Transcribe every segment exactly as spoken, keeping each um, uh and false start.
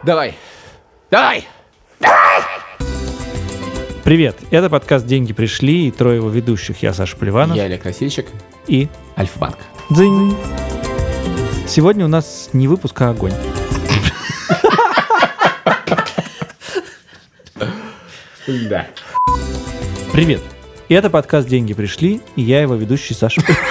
Давай. Давай. Давай. Привет, это подкаст «Деньги пришли» и трое его ведущих. Я Саша Поливанов. Я Олег Красильщик. И Альфа-банк. Дзынь. Сегодня у нас не выпуск, а огонь. Да. Привет, это подкаст «Деньги пришли» и я его ведущий Саша Поливанов.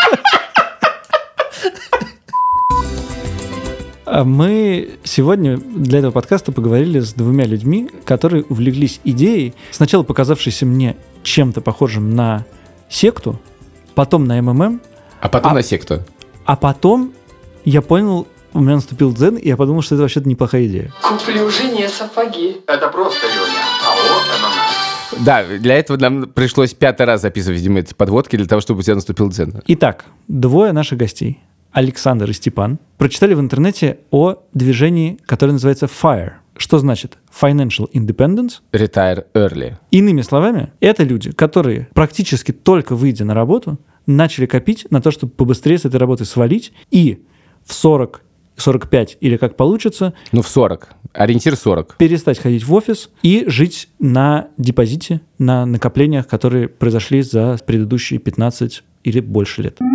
Мы сегодня для этого подкаста поговорили с двумя людьми, которые увлеклись идеей, сначала показавшейся мне чем-то похожим на секту, потом на эм эм эм. А потом а, на секту. А потом я понял, у меня наступил дзен, и я подумал, что это вообще-то неплохая идея. Куплю жене сапоги. Это просто, Леня. А вот оно. Да, для этого нам пришлось пятый раз записывать, видимо, эти подводки, для того, чтобы у тебя наступил дзен. Итак, двое наших гостей, Александр и Степан, прочитали в интернете о движении, которое называется файр. Что значит Financial Independence? Retire early. Иными словами, это люди, которые практически только выйдя на работу, начали копить на то, чтобы побыстрее с этой работы свалить и в сорок, сорок пять или как получится... Ну, в сорок. Ориентир сорок. Перестать ходить в офис и жить на депозите, на накоплениях, которые произошли за предыдущие пятнадцать или больше лет.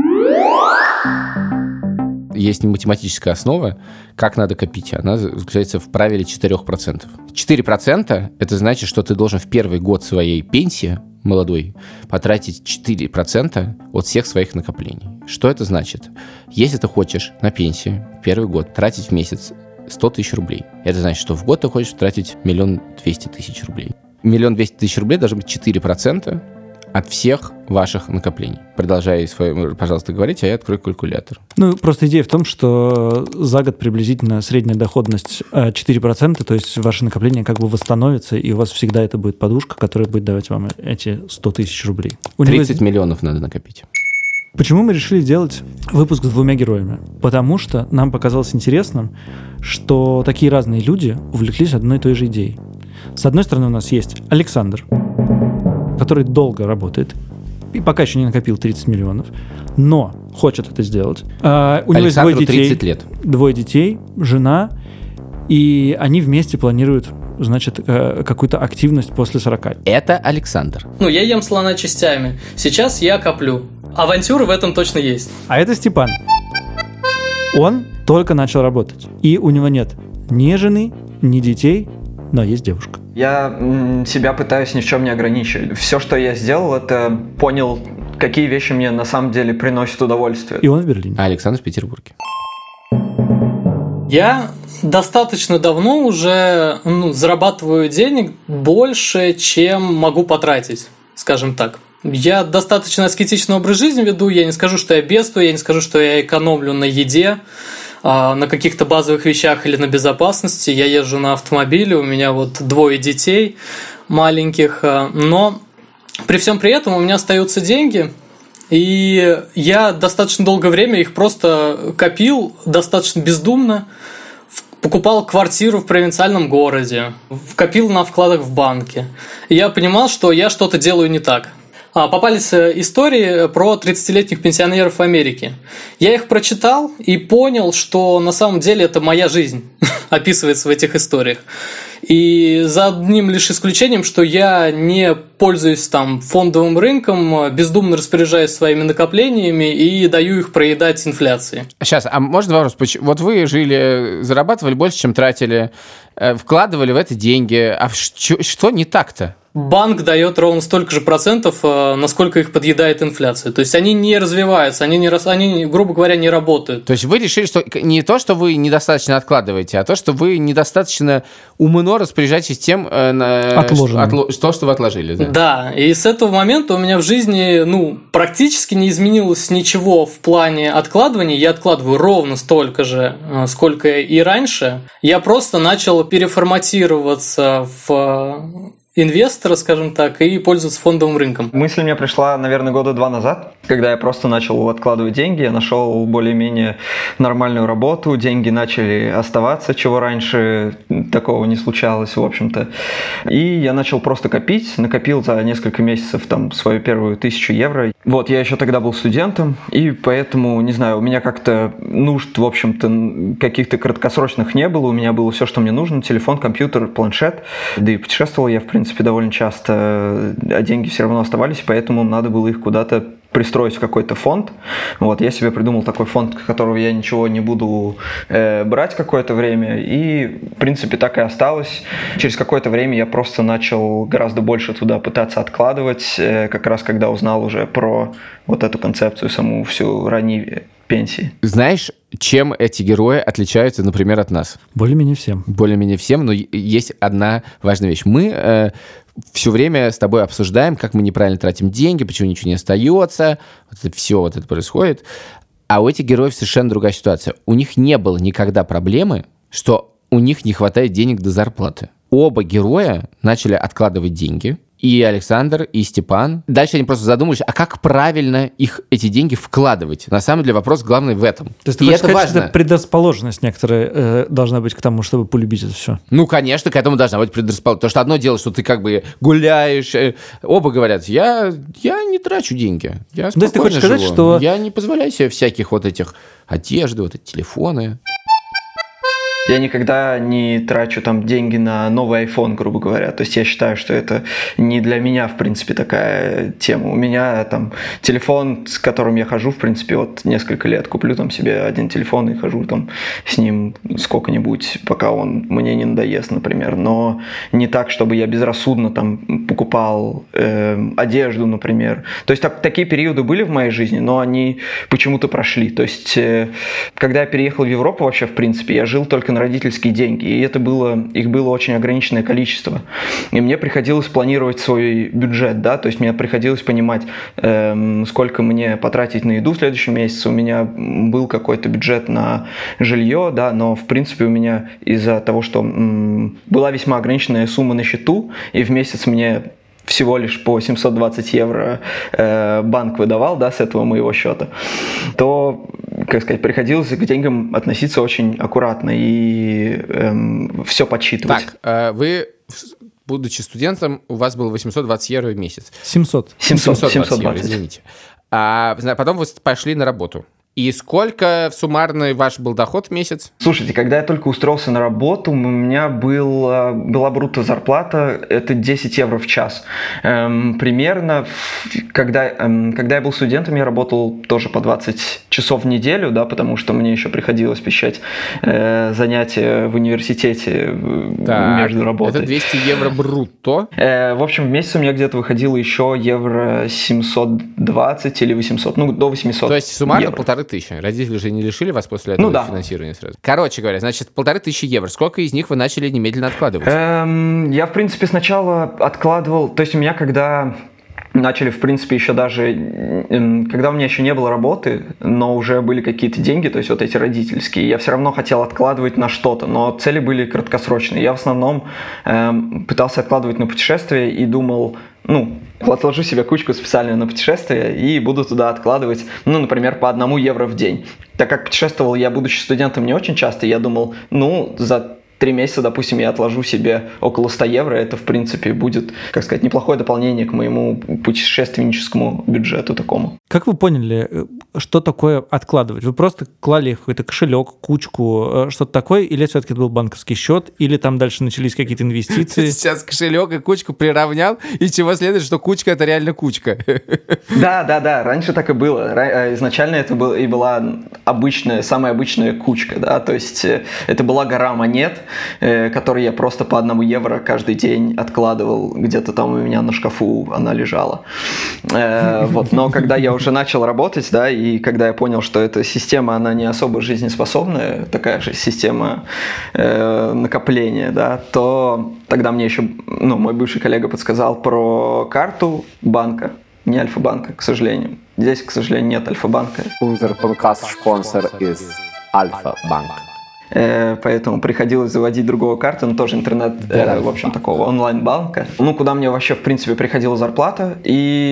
Есть математическая основа, как надо копить. Она заключается в правиле четыре процента. четыре процента – это значит, что ты должен в первый год своей пенсии, молодой, потратить четыре процента от всех своих накоплений. Что это значит? Если ты хочешь на пенсию первый год тратить в месяц сто тысяч рублей, это значит, что в год ты хочешь тратить миллион двести тысяч рублей. Миллион двести тысяч рублей должны быть четыре процента от всех ваших накоплений. Продолжай свой, пожалуйста, говорить, а я открою калькулятор. Ну, просто идея в том, что за год приблизительно средняя доходность четыре процента, то есть ваше накопление как бы восстановится, и у вас всегда это будет подушка, которая будет давать вам эти сто тысяч рублей. У тридцать него... миллионов надо накопить. Почему мы решили делать выпуск с двумя героями? Потому что нам показалось интересным, что такие разные люди увлеклись одной и той же идеей. С одной стороны, у нас есть Александр, который долго работает и пока еще не накопил тридцать миллионов, но хочет это сделать. А, у него есть двое детей, тридцать лет. Двое детей, жена, и они вместе планируют, значит, какую-то активность после сорока. Это Александр. Ну, я ем слона частями. Сейчас я коплю. Авантюры в этом точно есть. А это Степан. Он только начал работать. И у него нет ни жены, ни детей, но есть девушка. Я м, себя пытаюсь ни в чем не ограничивать. Все, что я сделал, это понял, какие вещи мне на самом деле приносят удовольствие. И он в Берлине. А Александр в Петербурге. Я достаточно давно уже ну, зарабатываю денег больше, чем могу потратить, скажем так. Я достаточно аскетичный образ жизни веду, я не скажу, что я бедствую, я не скажу, что я экономлю на еде, на каких-то базовых вещах или на безопасности. Я езжу на автомобиле, у меня вот двое детей маленьких, но при всем при этом у меня остаются деньги, и я достаточно долгое время их просто копил, достаточно бездумно, покупал квартиру в провинциальном городе, копил на вкладах в банке. И я понимал, что я что-то делаю не так. Попались истории про тридцатилетних пенсионеров в Америке. Я их прочитал и понял, что на самом деле это моя жизнь описывается в этих историях. И за одним лишь исключением, что я не пользуюсь там фондовым рынком, бездумно распоряжаюсь своими накоплениями и даю их проедать инфляции. Сейчас, а можно вопрос? Вот вы жили, зарабатывали больше, чем тратили, вкладывали в это деньги. А что, что не так-то? Банк дает ровно столько же процентов, насколько их подъедает инфляция. То есть они не развиваются, они, не, они, грубо говоря, не работают. То есть вы решили, что не то, что вы недостаточно откладываете, а то, что вы недостаточно умно распоряжаетесь тем, Отложено. Отло, что, что вы отложили. Да? Да, и с этого момента у меня в жизни ну, практически не изменилось ничего в плане откладывания. Я откладываю ровно столько же, сколько и раньше. Я просто начал переформатироваться в... инвестора, скажем так, и пользоваться фондовым рынком. Мысль мне пришла, наверное, года два назад. Когда я просто начал откладывать деньги, я нашел более-менее нормальную работу, деньги начали оставаться, чего раньше такого не случалось, в общем-то. И я начал просто копить, накопил за несколько месяцев там свою первую тысячу евро. Вот, я еще тогда был студентом, и поэтому, не знаю, у меня как-то нужд, в общем-то, каких-то краткосрочных не было, у меня было все, что мне нужно, телефон, компьютер, планшет, да и путешествовал я, в принципе, довольно часто, а деньги все равно оставались, поэтому надо было их куда-то пристроить в какой-то фонд. Вот, я себе придумал такой фонд, которого я ничего не буду э, брать какое-то время, и, в принципе, так и осталось. Через какое-то время я просто начал гораздо больше туда пытаться откладывать, э, как раз когда узнал уже про вот эту концепцию саму всю ранней пенсии. Знаешь, чем эти герои отличаются, например, от нас? Более-менее всем. Более-менее всем, но есть одна важная вещь. Мы э, все время с тобой обсуждаем, как мы неправильно тратим деньги, почему ничего не остается, вот это все вот это происходит. А у этих героев совершенно другая ситуация. У них не было никогда проблемы, что у них не хватает денег до зарплаты. Оба героя начали откладывать деньги, и Александр, и Степан. Дальше они просто задумались, а как правильно их эти деньги вкладывать? На самом деле вопрос главный в этом. То есть ты и хочешь это сказать, важно. что предрасположенность некоторая э, должна быть к тому, чтобы полюбить это все? Ну, конечно, к этому должна быть предрасположенность. Потому что одно дело, что ты как бы гуляешь, э, оба говорят, я, я не трачу деньги, я спокойно То есть ты хочешь живу. сказать, что... Я не позволяю себе всяких вот этих одежды, вот эти телефоны. Я никогда не трачу там деньги на новый iPhone, грубо говоря. То есть я считаю, что это не для меня, в принципе, такая тема. У меня там телефон, с которым я хожу, в принципе, вот несколько лет. Куплю там себе один телефон и хожу там с ним сколько-нибудь, пока он мне не надоест, например. Но не так, чтобы я безрассудно там покупал э, одежду, например. То есть так, такие периоды были в моей жизни, но они почему-то прошли. То есть э, когда я переехал в Европу вообще, в принципе, я жил только на родительские деньги, и это было, их было очень ограниченное количество. И мне приходилось планировать свой бюджет, да, то есть мне приходилось понимать, эм, сколько мне потратить на еду в следующем месяце. У меня был какой-то бюджет на жилье, да, но в принципе у меня из-за того, что м, была весьма ограниченная сумма на счету, и в месяц мне всего лишь по семьсот двадцать евро э, банк выдавал, да, с этого моего счета, то, как сказать, приходилось к деньгам относиться очень аккуратно и э, все подсчитывать. Так, э, вы, будучи студентом, у вас было восемьсот двадцать евро в месяц. семьсот. семьсот, семьсот двадцать семьсот евро, двадцать. извините. А потом вы пошли на работу. И сколько суммарный ваш был доход в месяц? Слушайте, когда я только устроился на работу, у меня был, была брутто зарплата, это десять евро в час. Эм, примерно, когда, эм, когда я был студентом, я работал тоже по двадцать часов в неделю, да, потому что мне еще приходилось посещать э, занятия в университете так, между работой. Это двести евро брутто? Э, в общем, в месяц у меня где-то выходило еще евро семьсот двадцать или восемьсот, ну, до восемьсот. То есть суммарно евро. полторы тысячи. Родители же не лишили вас после этого ну, да. финансирования сразу. Короче говоря, значит, полторы тысячи евро. Сколько из них вы начали немедленно откладывать? Эм, я, в принципе, сначала откладывал... То есть у меня, когда начали, в принципе, еще даже... Когда у меня еще не было работы, но уже были какие-то деньги, то есть вот эти родительские, я все равно хотел откладывать на что-то, но цели были краткосрочные. Я в основном эм, пытался откладывать на путешествия и думал... Ну, отложу себе кучку специальную на путешествие и буду туда откладывать, ну, например, по одному евро в день. Так как путешествовал я, будучи студентом, не очень часто, я думал, ну, за три месяца, допустим, я отложу себе около ста евро, это, в принципе, будет, как сказать, неплохое дополнение к моему путешественническому бюджету такому. Как вы поняли, что такое откладывать? Вы просто клали в какой-то кошелек, кучку, что-то такое, или все-таки это был банковский счет, или там дальше начались какие-то инвестиции? Сейчас кошелек и кучку приравнял, и чего следует, что кучка — это реально кучка. Да, да, да, раньше так и было. Изначально это был, и была обычная, самая обычная кучка, да, то есть это была гора монет, которые я просто по одному евро каждый день откладывал, где-то там у меня на шкафу она лежала. Вот. Но когда я уже начал работать, да, и когда я понял, что эта система, она не особо жизнеспособная, такая же система э, накопления, да, то тогда мне еще, ну, мой бывший коллега подсказал про карту банка, не Альфа-банка, к сожалению. Здесь, к сожалению, нет Альфа-банка. Unser Podcast-спонсор из Альфа-банк. Поэтому приходилось заводить другого карту, но тоже интернет, э, в общем, такого онлайн-банка. Ну, куда мне вообще, в принципе, приходила зарплата. И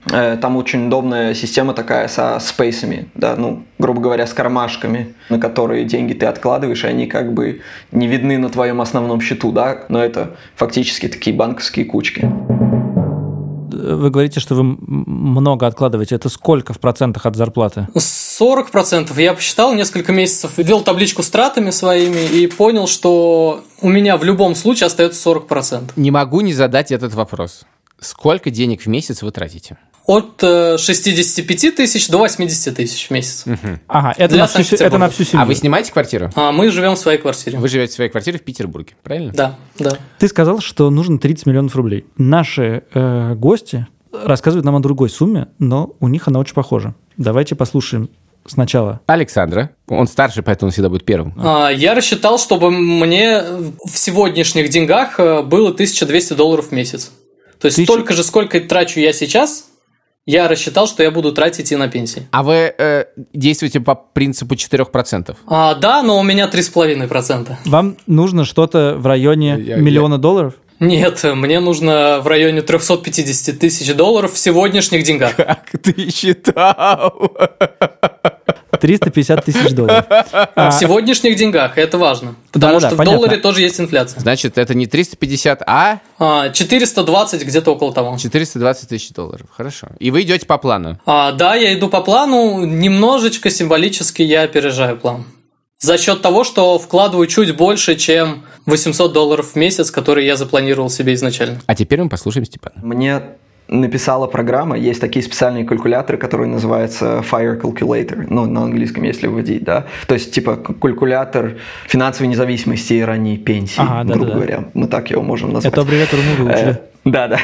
Там очень удобная система такая со спейсами, да, ну, грубо говоря, с кармашками, на которые деньги ты откладываешь, и они как бы не видны на твоем основном счету, да, но это фактически такие банковские кучки. Вы говорите, что вы много откладываете. Это сколько в процентах от зарплаты? сорок процентов. Я посчитал несколько месяцев, ввел табличку с тратами своими и понял, что у меня в любом случае остается сорок процентов. Не могу не задать этот вопрос. Сколько денег в месяц вы тратите? От шестьдесят пять тысяч до восемьдесят тысяч в месяц. Угу. Ага, это на, всю, это на всю семью. А вы снимаете квартиру? А, мы живем в своей квартире. Вы живете в своей квартире в Петербурге, правильно? Да, да. Ты сказал, что нужно тридцать миллионов рублей. Наши э, гости рассказывают нам о другой сумме, но у них она очень похожа. Давайте послушаем сначала Александра. Он старше, поэтому он всегда будет первым. А, я рассчитал, чтобы мне в сегодняшних деньгах было тысяча двести долларов в месяц. То есть Тысяч... столько же, сколько трачу я сейчас, я рассчитал, что я буду тратить и на пенсии. А вы э, действуете по принципу четыре процента? А, да, но у меня три с половиной процента. Вам нужно что-то в районе я, миллиона я... долларов? Нет, мне нужно в районе триста пятьдесят тысяч долларов в сегодняшних деньгах. Как ты считал? триста пятьдесят тысяч долларов. В сегодняшних деньгах, это важно. Потому да, что да, в понятно. долларе тоже есть инфляция. Значит, это не триста пятьдесят, а... а четыреста двадцать, где-то около того. четыреста двадцать тысяч долларов, хорошо. И вы идете по плану? А, да, я иду по плану. Немножечко символически я опережаю план. За счет того, что вкладываю чуть больше, чем восемьсот долларов в месяц, который я запланировал себе изначально. А теперь мы послушаем Степана. Мне написала программа, есть такие специальные калькуляторы, которые называются Fire Calculator, ну, на английском, если вводить, да. То есть, типа, калькулятор финансовой независимости и ранней пенсии, ага, да, грубо да, говоря. Да. Мы так его можем назвать. Эту аббревиатуру мы выучили. Да, да.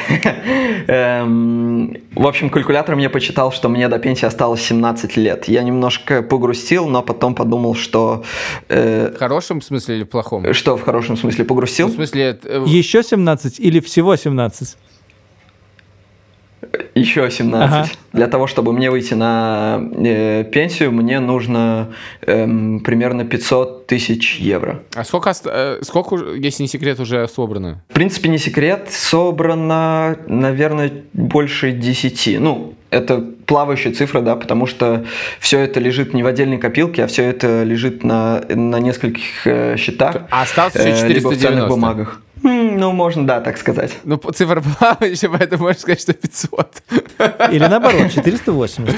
В общем, калькулятор мне почитал, что мне до пенсии осталось семнадцать лет. Я немножко погрустил, но потом подумал, что... Э, в хорошем смысле или в плохом? Что в хорошем смысле? Погрустил? В смысле... Э... Еще семнадцать или всего семнадцать? Еще семнадцать. Ага. Для того, чтобы мне выйти на э, пенсию, мне нужно э, примерно пятьсот тысяч евро. А сколько, э, сколько, если не секрет, уже собрано? В принципе, не секрет. Собрано, наверное, больше десяти. Ну, это плавающая цифра, да, потому что все это лежит не в отдельной копилке, а все это лежит на, на нескольких э, счетах. А осталось еще четыреста девяносто. Либо в ценных бумагах. Ну, можно, да, так сказать. Ну, цифра плавающая, поэтому можно сказать, что пятьсот. Или наоборот, четыреста восемьдесят.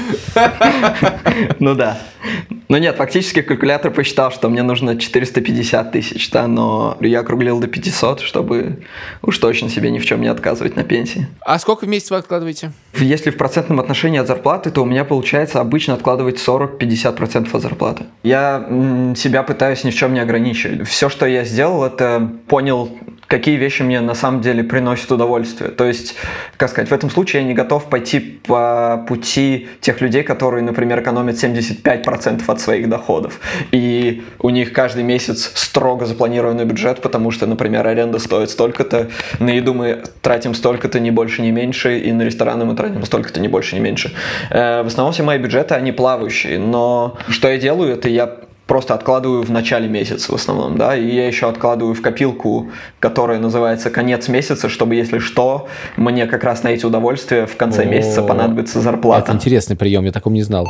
Ну да. Но нет, фактически калькулятор посчитал, что мне нужно четыреста пятьдесят тысяч, да, но я округлил до пятисот, чтобы уж точно себе ни в чем не отказывать на пенсии. А сколько в месяц вы откладываете? Если в процентном отношении от зарплаты, то у меня получается обычно откладывать сорок-пятьдесят процентов от зарплаты. Я м, себя пытаюсь ни в чем не ограничивать. Все, что я сделал, это понял, какие вещи мне на самом деле приносят удовольствие. То есть, как сказать, в этом случае я не готов пойти по пути тех людей, которые, например, экономят семьдесят пять процентов от своих доходов. И у них каждый месяц строго запланированный бюджет, потому что, например, аренда стоит столько-то, на еду мы тратим столько-то, ни больше, ни меньше, и на рестораны мы тратим столько-то, ни больше, ни меньше. В основном все мои бюджеты, они плавающие, но что я делаю, это я просто откладываю в начале месяца в основном, да, и я еще откладываю в копилку, которая называется конец месяца, чтобы, если что, мне как раз на эти удовольствия в конце О-о-о. месяца понадобится зарплата. Это интересный прием, я такого не знал.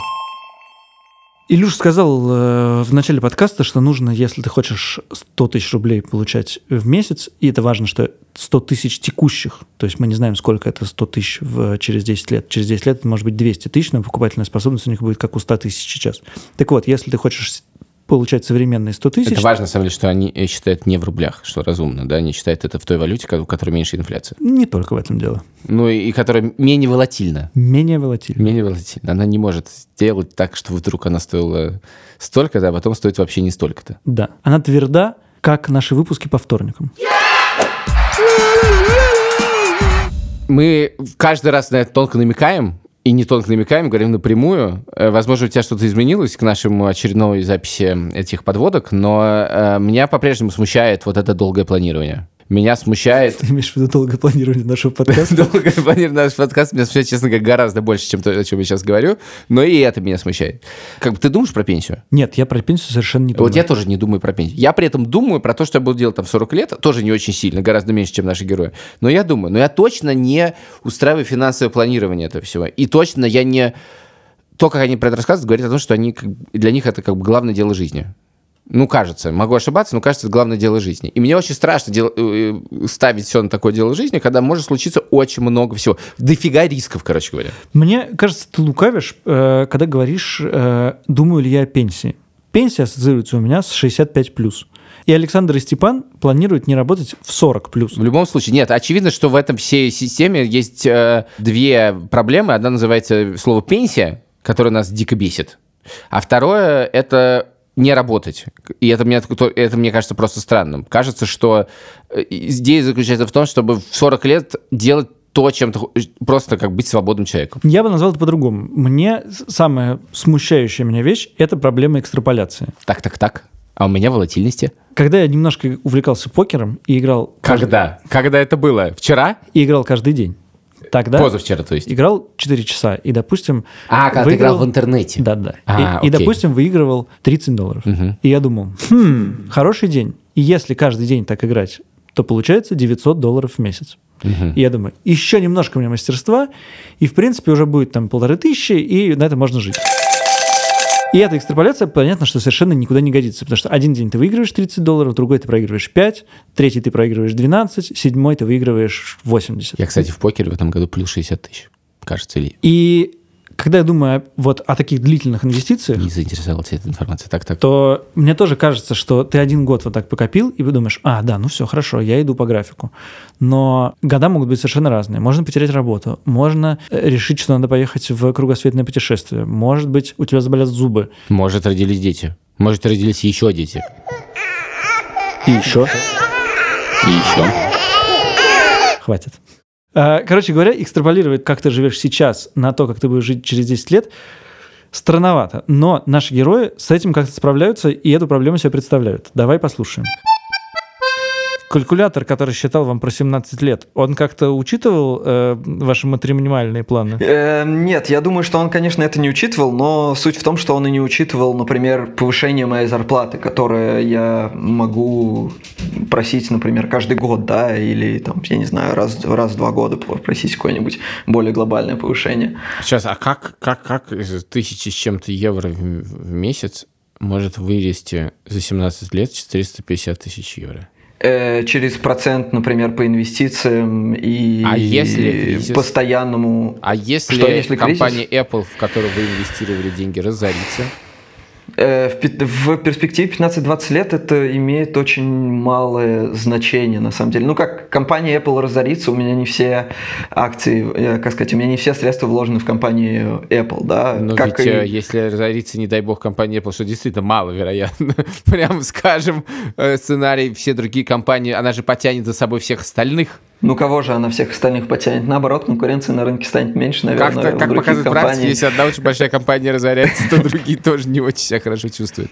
Илюша сказал э, в начале подкаста, что нужно, если ты хочешь сто тысяч рублей получать в месяц, и это важно, что сто тысяч текущих, то есть мы не знаем, сколько это сто тысяч в, через десять лет. Через десять лет это может быть двести тысяч, но покупательная способность у них будет как у ста тысяч сейчас. Так вот, если ты хочешь получать современные сто тысяч... Это важно, на самом деле, что они считают не в рублях, что разумно, да? Они считают это в той валюте, у которой меньше инфляция. Не только в этом дело. Ну, и, и которая менее волатильна. Менее волатильна. Менее волатильна. Она не может сделать так, что вдруг она стоила столько-то, а потом стоит вообще не столько-то. Да. Она тверда, как наши выпуски по вторникам. Мы каждый раз на это тонко намекаем, и не тонко намекаем, говорим напрямую. Возможно, у тебя что-то изменилось к нашему очередной записи этих подводок, но э, меня по-прежнему смущает вот это долгое планирование. Меня смущает... Ты имеешь в виду долгое планирование нашего подкаста? Долгое планирование нашего подкаста меня смущает, честно говоря, гораздо больше, чем то, о чем я сейчас говорю. Но и это меня смущает. Как бы ты думаешь про пенсию? Нет, я про пенсию совершенно не думаю. Вот я тоже не думаю про пенсию. Я при этом думаю про то, что я буду делать там в сорок лет, тоже не очень сильно, гораздо меньше, чем наши герои. Но я думаю, но я точно не устраиваю финансовое планирование этого всего. И точно я не... То, как они про это рассказывают, говорит о том, что они, для них это как бы главное дело жизни. Ну, кажется, могу ошибаться, но кажется, это главное дело жизни. И мне очень страшно дел... ставить все на такое дело жизни, когда может случиться очень много всего. Дофига рисков, короче говоря. Мне кажется, ты лукавишь, когда говоришь, думаю ли я о пенсии. Пенсия ассоциируется у меня с шестьдесят пять плюс. И Александр и Степан планируют не работать в сорок плюс. В любом случае, нет, очевидно, что в этом всей системе есть э, две проблемы. Одна называется слово «пенсия», которое нас дико бесит. А второе – это не работать. И это мне, это мне кажется просто странным. Кажется, что идея заключается в том, чтобы в сорок лет делать то, чем ты просто как быть свободным человеком. Я бы назвал это по-другому. Мне самая смущающая меня вещь – это проблема экстраполяции. Так-так-так. А у меня волатильности. Когда я немножко увлекался покером и играл... Когда? Каждый... Когда это было? Вчера? И играл каждый день. Тогда позавчера, то есть. Играл четыре часа и, допустим... А, когда выиграл... ты играл в интернете. Да-да. А, и, и, допустим, выигрывал тридцать долларов. Угу. И я думал, хм, хороший день. И если каждый день так играть, то получается девятьсот долларов в месяц. Угу. И я думаю, еще немножко у меня мастерства, и, в принципе, уже будет там полторы тысячи, и на это можно жить. И эта экстраполяция, понятно, что совершенно никуда не годится, потому что один день ты выигрываешь тридцать долларов, другой ты проигрываешь пять, третий ты проигрываешь двенадцать, седьмой ты выигрываешь восемьдесят. Я, кстати, в покере в этом году плюс шестьдесят тысяч, кажется, или... И когда я думаю вот о таких длительных инвестициях... Не заинтересовала тебя эта информация, так-так. То мне тоже кажется, что ты один год вот так покопил, и вы думаешь, а, да, ну все, хорошо, я иду по графику. Но года могут быть совершенно разные. Можно потерять работу, можно решить, что надо поехать в кругосветное путешествие, может быть, у тебя заболят зубы. Может, родились дети. Может, родились еще дети. И еще. И еще. Хватит. Короче говоря, экстраполировать, как ты живешь сейчас, на то, как ты будешь жить через десять лет, странновато. Но наши герои с этим как-то справляются и эту проблему себе представляют. Давай послушаем. Калькулятор, который считал вам про семнадцать лет, он как-то учитывал э, ваши матримониальные планы? Э, нет, я думаю, что он, конечно, это не учитывал, но суть в том, что он и не учитывал, например, повышение моей зарплаты, которое я могу просить, например, каждый год, да, или там, я не знаю, раз, раз в два года просить какое-нибудь более глобальное повышение. Сейчас, а как, как, как из тысячи с чем-то евро в, в месяц может вырасти за семнадцать лет четыреста пятьдесят тысяч евро? Через процент, например, по инвестициям и а если постоянному... А если, что, если компания кризис? Apple, в которую вы инвестировали деньги, разорится? В, в перспективе пятнадцать-двадцать лет это имеет очень малое значение, на самом деле. Ну, как компания Apple разорится, у меня не все акции, как сказать, у меня не все средства вложены в компанию Apple, да. Но как ведь и... если разорится, не дай бог, компания Apple, что действительно маловероятно, прям скажем, сценарий, все другие компании, она же потянет за собой всех остальных. Ну, кого же она всех остальных потянет? Наоборот, конкуренция на рынке станет меньше, наверное. Как, как показывает компаний... практика, если одна очень большая компания разоряется, то другие тоже не очень себя хорошо чувствуют.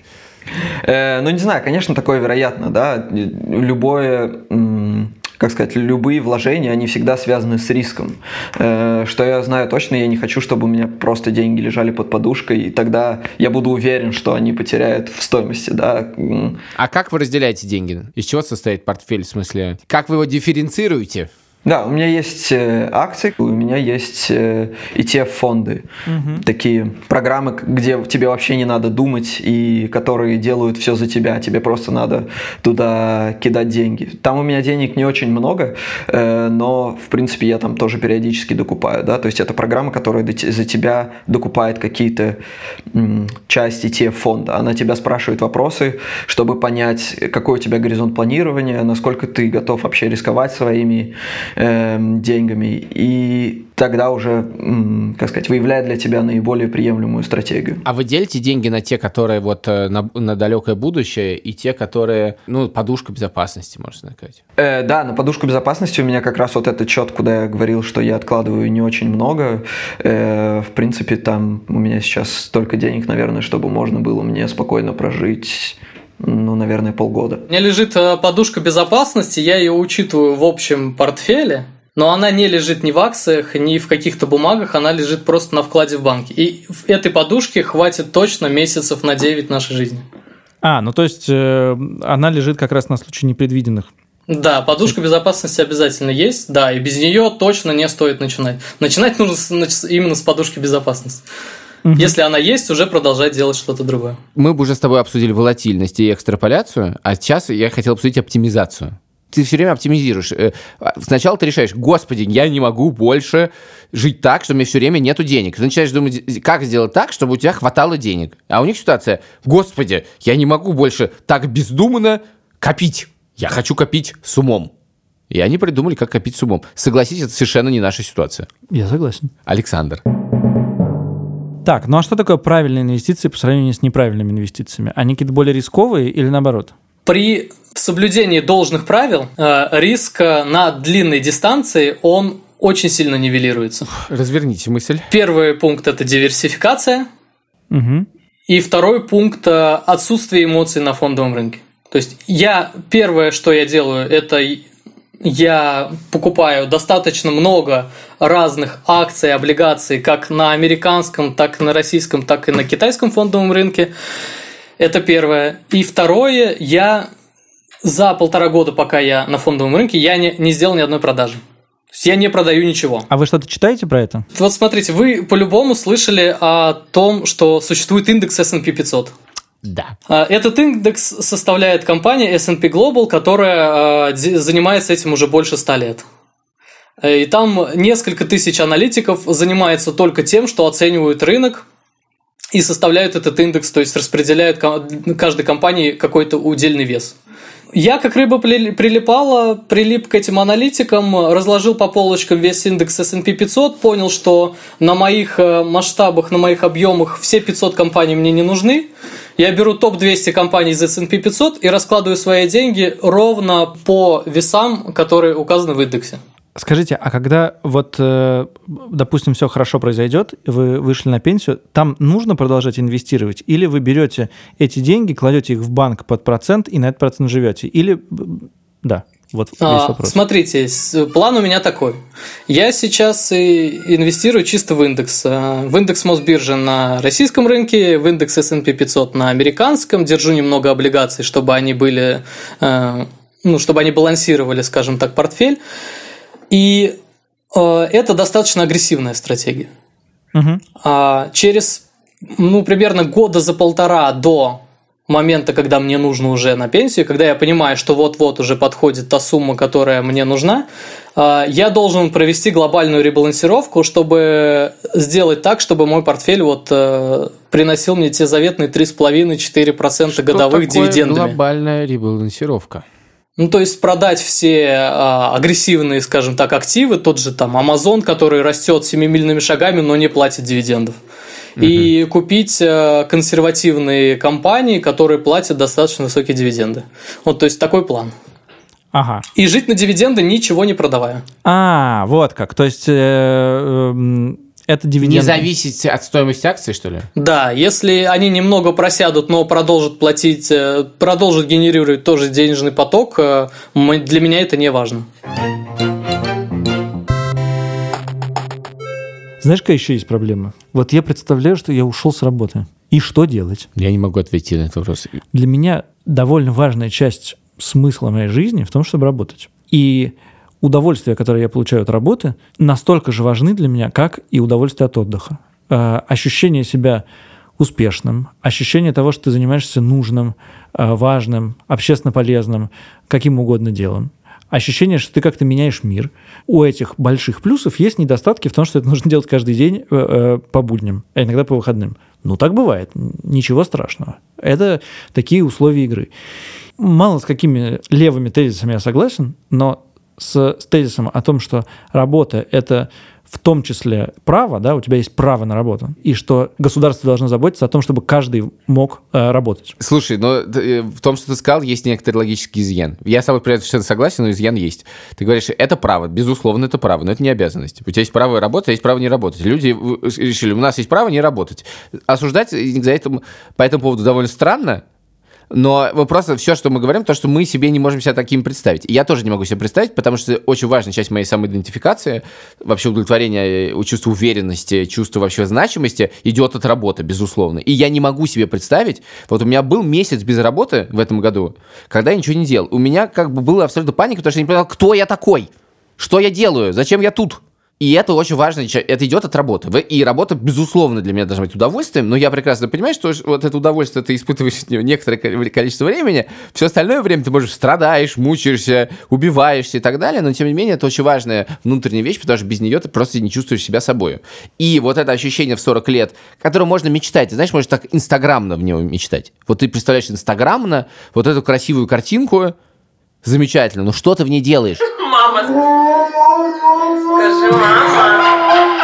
Ну, не знаю, конечно, такое вероятно, да. Любое... как сказать, любые вложения, они всегда связаны с риском. Что я знаю точно, я не хочу, чтобы у меня просто деньги лежали под подушкой, и тогда я буду уверен, что они потеряют в стоимости, да. А как вы разделяете деньги? Из чего состоит портфель, в смысле? Как вы его дифференцируете? Да, у меня есть акции, у меня есть и ти эф-фонды. Угу. Такие программы, где тебе вообще не надо думать, и которые делают все за тебя. Тебе просто надо туда кидать деньги. Там у меня денег не очень много, но, в принципе, я там тоже периодически докупаю. Да? То есть это программа, которая за тебя докупает какие-то части и ти эф-фонда. Она тебя спрашивает вопросы, чтобы понять, какой у тебя горизонт планирования, насколько ты готов вообще рисковать своими деньгами, и тогда уже, как сказать, выявляет для тебя наиболее приемлемую стратегию. А вы делите деньги на те, которые вот на, на далекое будущее, и те, которые, ну, подушка безопасности, можно сказать? Э, да, на подушку безопасности у меня как раз вот этот счет, куда я говорил, что я откладываю не очень много. Э, в принципе, там у меня сейчас столько денег, наверное, чтобы можно было мне спокойно прожить ну, наверное, полгода. У меня лежит подушка безопасности, я ее учитываю в общем портфеле, но она не лежит ни в акциях, ни в каких-то бумагах, она лежит просто на вкладе в банке. И этой подушки хватит точно месяцев на девять нашей жизни. А, ну то есть э, она лежит как раз на случай непредвиденных. Да, подушка безопасности обязательно есть, да, и без нее точно не стоит начинать. Начинать нужно с, именно с подушки безопасности. Угу. Если она есть, уже продолжать делать что-то другое. Мы бы уже с тобой обсудили волатильность и экстраполяцию, а сейчас я хотел обсудить оптимизацию. Ты все время оптимизируешь. Сначала ты решаешь, господи, я не могу больше жить так, что у меня все время нету денег. Ты начинаешь думать, как сделать так, чтобы у тебя хватало денег. А у них ситуация, господи, я не могу больше так бездумно копить. Я хочу копить с умом. И они придумали, как копить с умом. Согласитесь, это совершенно не наша ситуация. Я согласен. Александр. Так, ну а что такое правильные инвестиции по сравнению с неправильными инвестициями? Они какие-то более рисковые или наоборот? При соблюдении должных правил риск на длинной дистанции, он очень сильно нивелируется. Разверните мысль. Первый пункт – это диверсификация. Угу. И второй пункт – отсутствие эмоций на фондовом рынке. То есть я первое, что я делаю, это я покупаю достаточно много разных акций, облигаций, как на американском, так и на российском, так и на китайском фондовом рынке. Это первое. И второе, я за полтора года, пока я на фондовом рынке, я не, не сделал ни одной продажи. То есть я не продаю ничего. А вы что-то читаете про это? Вот смотрите, вы по-любому слышали о том, что существует индекс эс энд пи пятьсот. Да. Этот индекс составляет компания эс энд пи Global, которая занимается этим уже больше ста лет. И там несколько тысяч аналитиков занимается только тем, что оценивают рынок и составляют этот индекс, то есть распределяют каждой компании какой-то удельный вес. Я, как рыба прилипала, прилип к этим аналитикам, разложил по полочкам весь индекс эс энд пи пятьсот, понял, что на моих масштабах, на моих объемах все пятьсот компаний мне не нужны. Я беру топ двести компаний из эс энд пи пятьсот и раскладываю свои деньги ровно по весам, которые указаны в индексе. Скажите, а когда вот, допустим, все хорошо произойдет, вы вышли на пенсию, там нужно продолжать инвестировать? Или вы берете эти деньги, кладете их в банк под процент и на этот процент живете? Или, да, вот весь вопрос. Смотрите, план у меня такой. Я сейчас инвестирую чисто в индекс. В индекс Мосбиржи на российском рынке, в индекс эс энд пи пятьсот на американском. Держу немного облигаций, чтобы они были, ну, чтобы они балансировали, скажем так, портфель. И э, это достаточно агрессивная стратегия. Угу. А через ну, примерно года за полтора до момента, когда мне нужно уже на пенсию, когда я понимаю, что вот-вот уже подходит та сумма, которая мне нужна, э, я должен провести глобальную ребалансировку, чтобы сделать так, чтобы мой портфель вот, э, приносил мне те заветные три целых пять десятых - четыре процента годовых дивидендами. Что такое глобальная ребалансировка? Ну, то есть продать все а, агрессивные, скажем так, активы, тот же там Amazon, который растет семимильными шагами, но не платит дивидендов. Uh-huh. И купить а, консервативные компании, которые платят достаточно высокие дивиденды. Вот, то есть такой план. Ага. И жить на дивиденды, ничего не продавая. А, вот как. То есть... Э, э, это дивиденды. Не зависит от стоимости акций, что ли? Да, если они немного просядут, но продолжат платить, продолжат генерировать тоже денежный поток, для меня это не важно. Знаешь, какая еще есть проблема? Вот я представляю, что я ушел с работы. И что делать? Я не могу ответить на этот вопрос. Для меня довольно важная часть смысла моей жизни в том, чтобы работать. И удовольствия, которые я получаю от работы, настолько же важны для меня, как и удовольствие от отдыха. Э, ощущение себя успешным, ощущение того, что ты занимаешься нужным, э, важным, общественно полезным, каким угодно делом. Ощущение, что ты как-то меняешь мир. У этих больших плюсов есть недостатки в том, что это нужно делать каждый день э, э, по будням, а иногда по выходным. Ну, так бывает. Ничего страшного. Это такие условия игры. Мало с какими левыми тезисами я согласен, но с, с тезисом о том, что работа – это в том числе право, да, у тебя есть право на работу, и что государство должно заботиться о том, чтобы каждый мог э, работать. Слушай, но в том, что ты сказал, есть некоторый логический изъян. Я с тобой при этом совершенно согласен, но изъян есть. Ты говоришь, это право, безусловно, это право, но это не обязанность. У тебя есть право работать, а есть право не работать. Люди решили, у нас есть право не работать. Осуждать за этим, по этому поводу довольно странно, Но мы просто все, что мы говорим, то, что мы себе не можем себя таким представить. И я тоже не могу себе представить, потому что очень важная часть моей самоидентификации, вообще удовлетворения, чувства уверенности, чувства вообще значимости идет от работы, безусловно. И я не могу себе представить, вот у меня был месяц без работы в этом году, когда я ничего не делал. У меня как бы была абсолютно паника, потому что я не понимал, кто я такой, что я делаю, зачем я тут. И это очень важно, это идет от работы. И работа, безусловно, для меня должна быть удовольствием, но я прекрасно понимаю, что вот это удовольствие ты испытываешь некоторое количество времени, все остальное время ты, можешь, страдаешь, мучаешься, убиваешься и так далее, но, тем не менее, это очень важная внутренняя вещь, потому что без нее ты просто не чувствуешь себя собой. И вот это ощущение в сорок лет, которое можно мечтать, ты знаешь, можно так инстаграмно в него мечтать. Вот ты представляешь инстаграмно вот эту красивую картинку, замечательно, но что ты в ней делаешь? Мама, скажи, мама.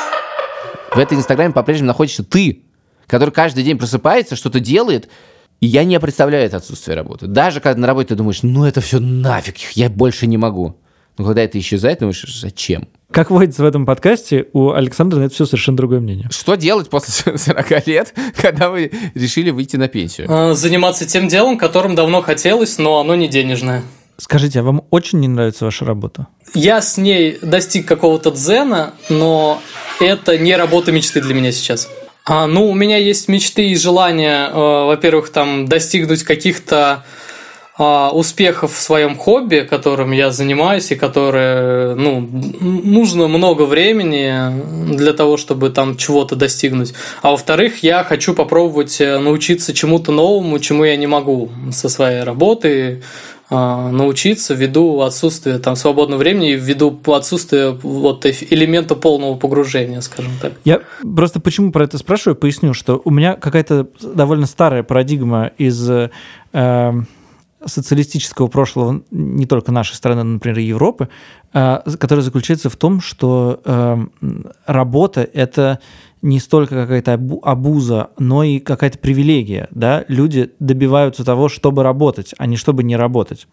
В этой инстаграме по-прежнему находишься ты, который каждый день просыпается, что-то делает, и я не представляю это отсутствие работы. Даже когда на работе ты думаешь, ну это все нафиг, я больше не могу. Но когда это исчезает, ты думаешь, зачем? Как водится в этом подкасте, у Александра на это все совершенно другое мнение. Что делать после сорока лет, когда вы решили выйти на пенсию? Заниматься тем делом, которым давно хотелось, но оно не денежное. Скажите, а вам очень не нравится ваша работа? Я с ней достиг какого-то дзена, но это не работа мечты для меня сейчас. А, ну, у меня есть мечты и желания, э, во-первых, там достигнуть каких-то э, успехов в своем хобби, которым я занимаюсь, и которое, ну, нужно много времени для того, чтобы там чего-то достигнуть. А во-вторых, я хочу попробовать научиться чему-то новому, чему я не могу со своей работы научиться ввиду отсутствия там свободного времени и ввиду отсутствия вот элемента полного погружения, скажем так. Я просто почему про это спрашиваю, поясню, что у меня какая-то довольно старая парадигма из э, социалистического прошлого не только нашей страны, но, например, Европы, э, которая заключается в том, что э, работа – это не столько какая-то абуза, но и какая-то привилегия. Да? Люди добиваются того, чтобы работать, а не чтобы не работать.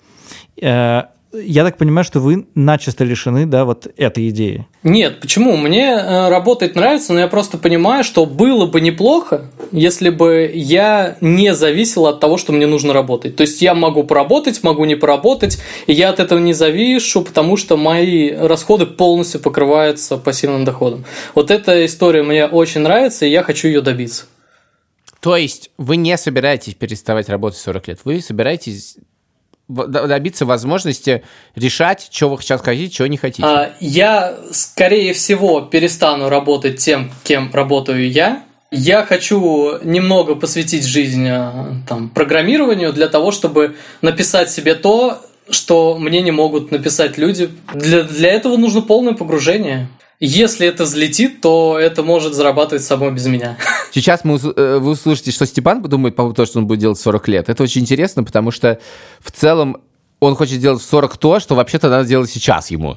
Я так понимаю, что вы начисто лишены, да, вот этой идеи. Нет, почему? Мне работать нравится, но я просто понимаю, что было бы неплохо, если бы я не зависел от того, что мне нужно работать. То есть я могу поработать, могу не поработать, и я от этого не завишу, потому что мои расходы полностью покрываются пассивным доходом. Вот эта история мне очень нравится, и я хочу ее добиться. То есть вы не собираетесь переставать работать в сорок лет, вы собираетесь добиться возможности решать, что вы сейчас хотите, чего не хотите? Я, скорее всего, перестану работать тем, кем работаю я. Я хочу немного посвятить жизнь там, программированию для того, чтобы написать себе то, что мне не могут написать люди. Для, для этого нужно полное погружение. Если это взлетит, то это может зарабатывать само без меня. Сейчас мы, вы услышите, что Степан подумает по поводу того, что он будет делать в сорок лет. Это очень интересно, потому что в целом он хочет сделать в сорок то, что вообще-то надо делать сейчас ему.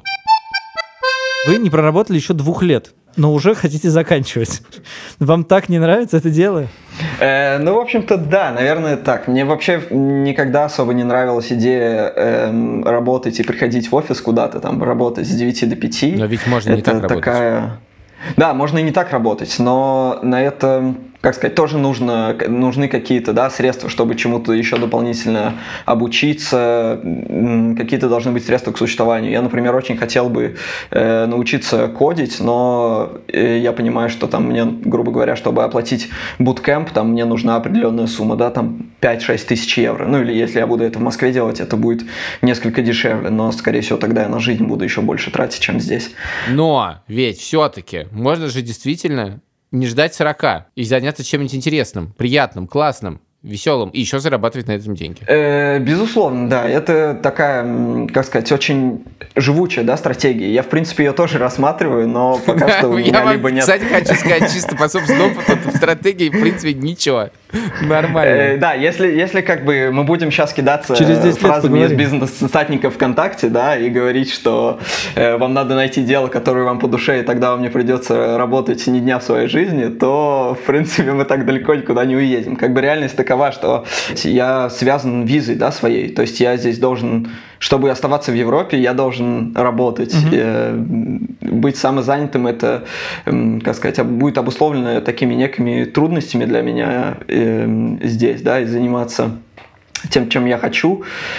Вы не проработали еще двух лет, но уже хотите заканчивать. Вам так не нравится это дело? Э, ну, в общем-то, да, наверное, так. Мне вообще никогда особо не нравилась идея э, работать и приходить в офис куда-то, там, работать с девяти до пяти. Но ведь можно это не так такая... работать. Да, можно и не так работать, но на это, как сказать, тоже нужно, нужны какие-то, да, средства, чтобы чему-то еще дополнительно обучиться, какие-то должны быть средства к существованию. Я, например, очень хотел бы э, научиться кодить, но э, я понимаю, что там мне, грубо говоря, чтобы оплатить буткэмп, там мне нужна определенная сумма, да, там пять-шесть тысяч евро. Ну или если я буду это в Москве делать, это будет несколько дешевле, но, скорее всего, тогда я на жизнь буду еще больше тратить, чем здесь. Но ведь все-таки можно же действительно не ждать сорока и заняться чем-нибудь интересным, приятным, классным, веселым, и еще зарабатывать на этом деньги. Э, безусловно, да. Это такая, как сказать, очень живучая, да, стратегия. Я, в принципе, ее тоже рассматриваю, но пока что у меня либо нет... Я, кстати, хочу сказать чисто по собственному опыту, в стратегии, в принципе, ничего. Нормально. Да, если, если как бы мы будем сейчас кидаться фразами из бизнес-цитатника ВКонтакте, да, и говорить, что э, вам надо найти дело, которое вам по душе, и тогда вам не придется работать ни дня в своей жизни, то, в принципе, мы так далеко никуда не уедем. Как бы реальность такова, что я связан визой, да, своей. То есть я здесь должен, чтобы оставаться в Европе, я должен работать. Mm-hmm. Быть самозанятым, это, как сказать, будет обусловлено такими некими трудностями для меня здесь, да, и заниматься тем, чем я хочу,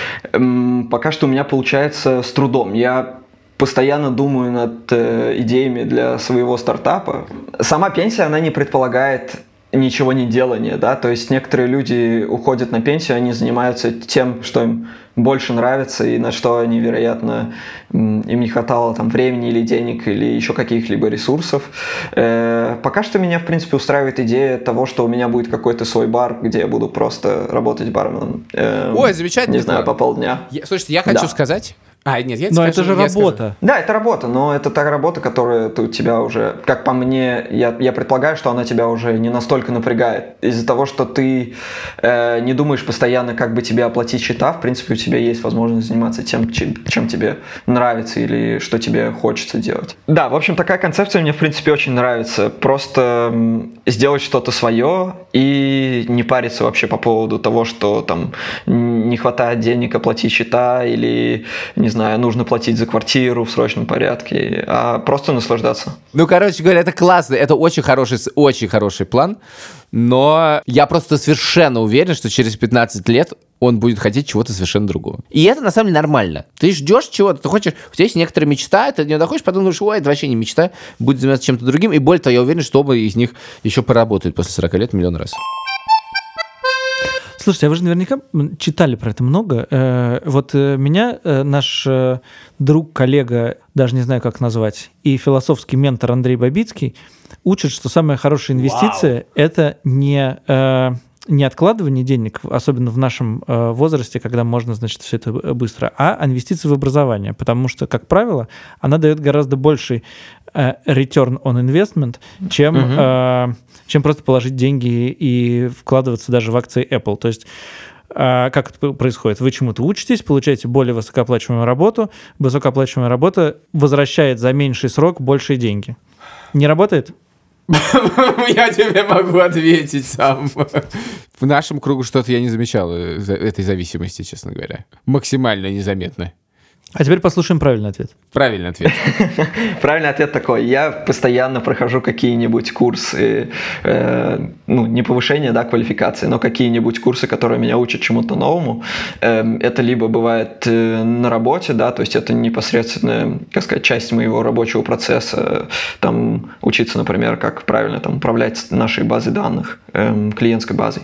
пока что у меня получается с трудом. Я постоянно думаю над э, идеями для своего стартапа. Сама пенсия, она не предполагает ничего не делания, да, то есть некоторые люди уходят на пенсию, они занимаются тем, что им больше нравится и на что они, вероятно, им не хватало там времени или денег или еще каких-либо ресурсов. Э, пока что меня, в принципе, устраивает идея того, что у меня будет какой-то свой бар, где я буду просто работать барменом. Э, Ой, замечательно. Не знаю, по полдня. Я, слушайте, я хочу да. сказать... А, нет, я Но скажу, это же работа. Скажу. Да, это работа, но это та работа, которая у тебя уже, как по мне, я, я предполагаю, что она тебя уже не настолько напрягает. Из-за того, что ты э, не думаешь постоянно, как бы тебе оплатить счета, в принципе, у тебя есть возможность заниматься тем, чем, чем тебе нравится или что тебе хочется делать. Да, в общем, такая концепция мне, в принципе, очень нравится. Просто сделать что-то свое и не париться вообще по поводу того, что там не хватает денег оплатить счета или, не знаю, нужно платить за квартиру в срочном порядке, а просто наслаждаться. Ну, короче говоря, это классно, это очень хороший, очень хороший план, но я просто совершенно уверен, что через пятнадцать лет он будет хотеть чего-то совершенно другого. И это, на самом деле, нормально. Ты ждешь чего-то, ты хочешь, у тебя есть некоторая мечта, ты не доходишь, потом думаешь, ой, это вообще не мечта, будет заниматься чем-то другим, и более того, я уверен, что оба из них еще поработают после сорока лет миллион раз. Слушайте, а вы же наверняка читали про это много. Вот меня наш друг, коллега, даже не знаю, как назвать, и философский ментор Андрей Бабицкий учит, что самая хорошая инвестиция Вау. – это не, не откладывание денег, особенно в нашем возрасте, когда можно, значит, все это быстро, а инвестиции в образование, потому что, как правило, она дает гораздо больший return on investment, чем... Угу. чем просто положить деньги и вкладываться даже в акции Apple. То есть как это происходит? Вы чему-то учитесь, получаете более высокооплачиваемую работу, высокооплачиваемая работа возвращает за меньший срок большие деньги. Не работает? Я тебе могу ответить сам. В нашем кругу что-то я не замечал этой зависимости, честно говоря. Максимально незаметно. А теперь послушаем правильный ответ. Правильный ответ. Правильный ответ такой. Я постоянно прохожу какие-нибудь курсы, э, ну, не повышение, да, квалификации, но какие-нибудь курсы, которые меня учат чему-то новому. Э, это либо бывает э, на работе, да, то есть это непосредственная, как сказать, часть моего рабочего процесса. Там учиться, например, как правильно там управлять нашей базой данных, э, клиентской базой.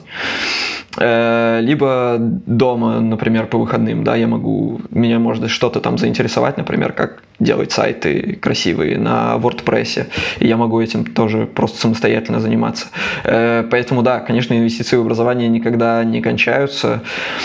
Э, либо дома, например, по выходным, да, я могу, меня может что-то там заинтересовать, например, как делать сайты красивые на WordPress, и я могу этим тоже просто самостоятельно заниматься. Поэтому, да, конечно, инвестиции в образование никогда не кончаются.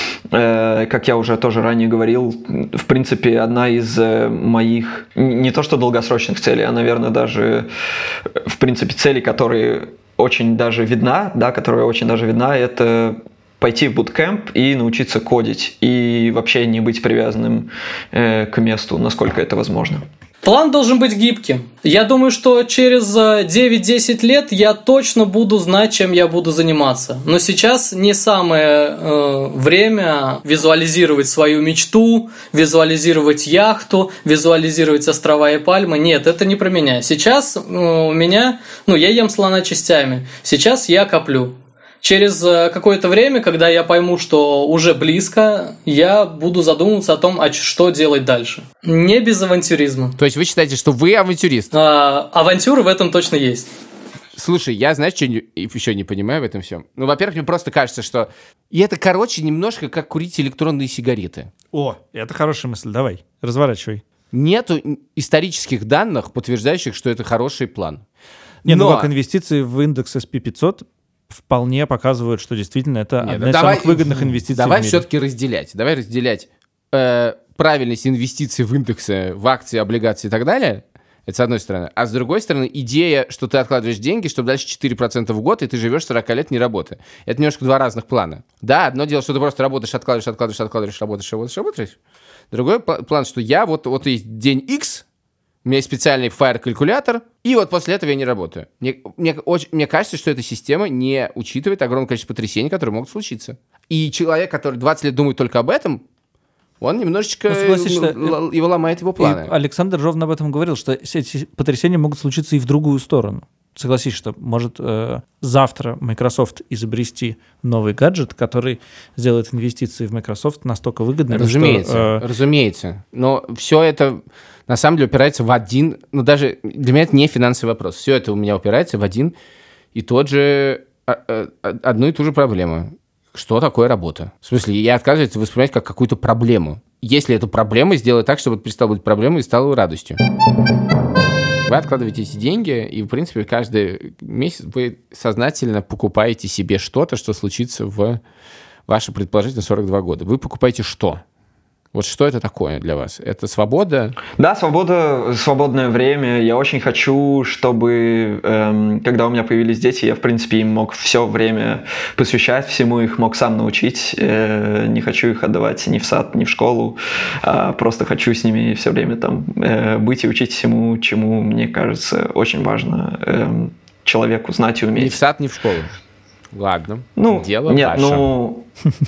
Как я уже тоже ранее говорил, в принципе, одна из моих, не то что долгосрочных целей, а, наверное, даже, в принципе, целей, которые очень даже видна, да, которая очень даже видна, это пойти в буткэмп и научиться кодить, и вообще не быть привязанным э, к месту, насколько это возможно. План должен быть гибким. Я думаю, что через девять-десять лет я точно буду знать, чем я буду заниматься. Но сейчас не самое э, время визуализировать свою мечту, визуализировать яхту, визуализировать острова и пальмы. Нет, это не про меня. Сейчас э, у меня, ну, я ем слона частями. Сейчас я коплю. Через какое-то время, когда я пойму, что уже близко, я буду задумываться о том, а что делать дальше. Не без авантюризма. То есть вы считаете, что вы авантюрист? А, авантюры в этом точно есть. Слушай, я, знаешь, что еще не понимаю в этом всем? Ну, во-первых, мне просто кажется, что... И это, короче, немножко как курить электронные сигареты. О, это хорошая мысль. Давай, разворачивай. Нету исторических данных, подтверждающих, что это хороший план. Не, Но... ну как инвестиции в индекс эс пи пятьсот вполне показывают, что действительно это Нет, одна из давай, самых выгодных инвестиций давай в мире. все-таки разделять. Давай разделять э, правильность инвестиций в индексы, в акции, облигации и так далее. Это с одной стороны. А с другой стороны, идея, что ты откладываешь деньги, чтобы дальше четыре процента в год, и ты живешь сорок лет не работая. Это немножко два разных плана. Да, одно дело, что ты просто работаешь, откладываешь, откладываешь, откладываешь, работаешь, работаешь, работаешь. Другой план, что я, вот, вот есть день X, у меня есть специальный фаер-калькулятор, и вот после этого я не работаю. Мне, мне, очень, мне кажется, что эта система не учитывает огромное количество потрясений, которые могут случиться. И человек, который двадцать лет думает только об этом, он немножечко, ну, что его ломает его планы. И Александр ровно об этом говорил, что эти потрясения могут случиться и в другую сторону. согласись, что может э, завтра Microsoft изобрести новый гаджет, который сделает инвестиции в Microsoft настолько выгодными, разумеется, что... Э... Разумеется. Но все это на самом деле упирается в один... Ну, даже для меня это не финансовый вопрос. Все это у меня упирается в один и тот же... одну и ту же проблему. Что такое работа? В смысле, я отказываюсь воспринимать как какую-то проблему. Если эту проблему сделать так, чтобы это перестало быть проблемой и стало радостью. Вы откладываете эти деньги, и, в принципе, каждый месяц вы сознательно покупаете себе что-то, что случится в ваши, предположительно, сорок два года. Вы покупаете что? Вот что это такое для вас? Это свобода? Да, свобода, свободное время. Я очень хочу, чтобы, эм, когда у меня появились дети, я, в принципе, им мог все время посвящать всему, их мог сам научить. Э, не хочу их отдавать ни в сад, ни в школу. А просто хочу с ними все время там э, быть и учить всему, чему, мне кажется, очень важно э, человеку знать и уметь. Ни в сад, ни в школу. Ладно, ну, дело нет, ваше. Ну,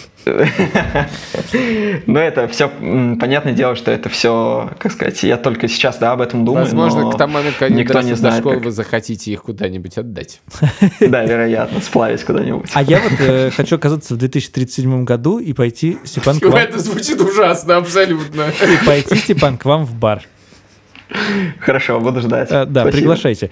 ну, это все, понятное дело, что это все, как сказать, я только сейчас, да, об этом думаю. Возможно, но к тому моменту, когда никто не знает, до школы, как... вы захотите их куда-нибудь отдать. Да, вероятно, сплавить куда-нибудь. А я вот э, хочу оказаться в две тысячи тридцать седьмом году и пойти, Степан, к вам... Это звучит ужасно, абсолютно. И пойти, Степан, к вам в бар. Хорошо, буду ждать. А, да, Спасибо. Приглашайте.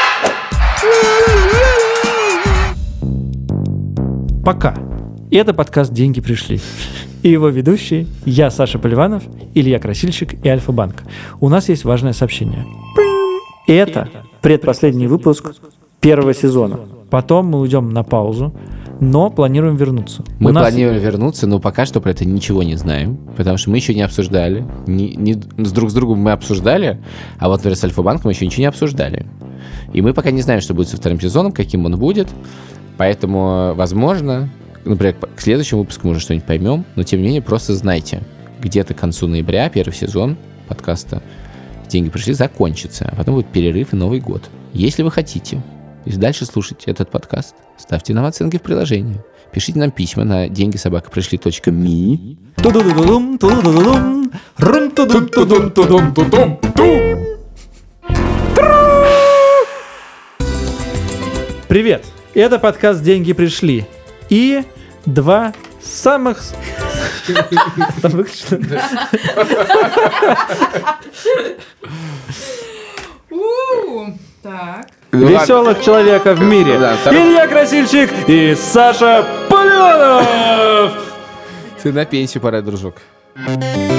Пока. Это подкаст «Деньги пришли». И его ведущие я, Саша Поливанов, Илья Красильщик и Альфа-Банк. У нас есть важное сообщение. Это предпоследний выпуск первого сезона. Потом мы уйдем на паузу, но планируем вернуться. Мы У нас... планируем вернуться, но пока что про это ничего не знаем, потому что мы еще не обсуждали. Не, не, с друг с другом мы обсуждали, а вот, например, с Альфа-Банком мы еще ничего не обсуждали. И мы пока не знаем, что будет со вторым сезоном, каким он будет. Поэтому, возможно, например, к следующему выпуску мы уже что-нибудь поймем, но, тем не менее, просто знайте, где-то к концу ноября первый сезон подкаста «Деньги пришли» закончится, а потом будет перерыв и Новый год. Если вы хотите и дальше слушать этот подкаст, ставьте нам оценки в приложении, пишите нам письма на деньги собака пришли точка ми. Привет! Это подкаст «Деньги пришли». И два самых... Там выключено? Так. Веселых человека в мире. Илья Красильщик и Саша Поливанов! Ты на пенсию пора, дружок.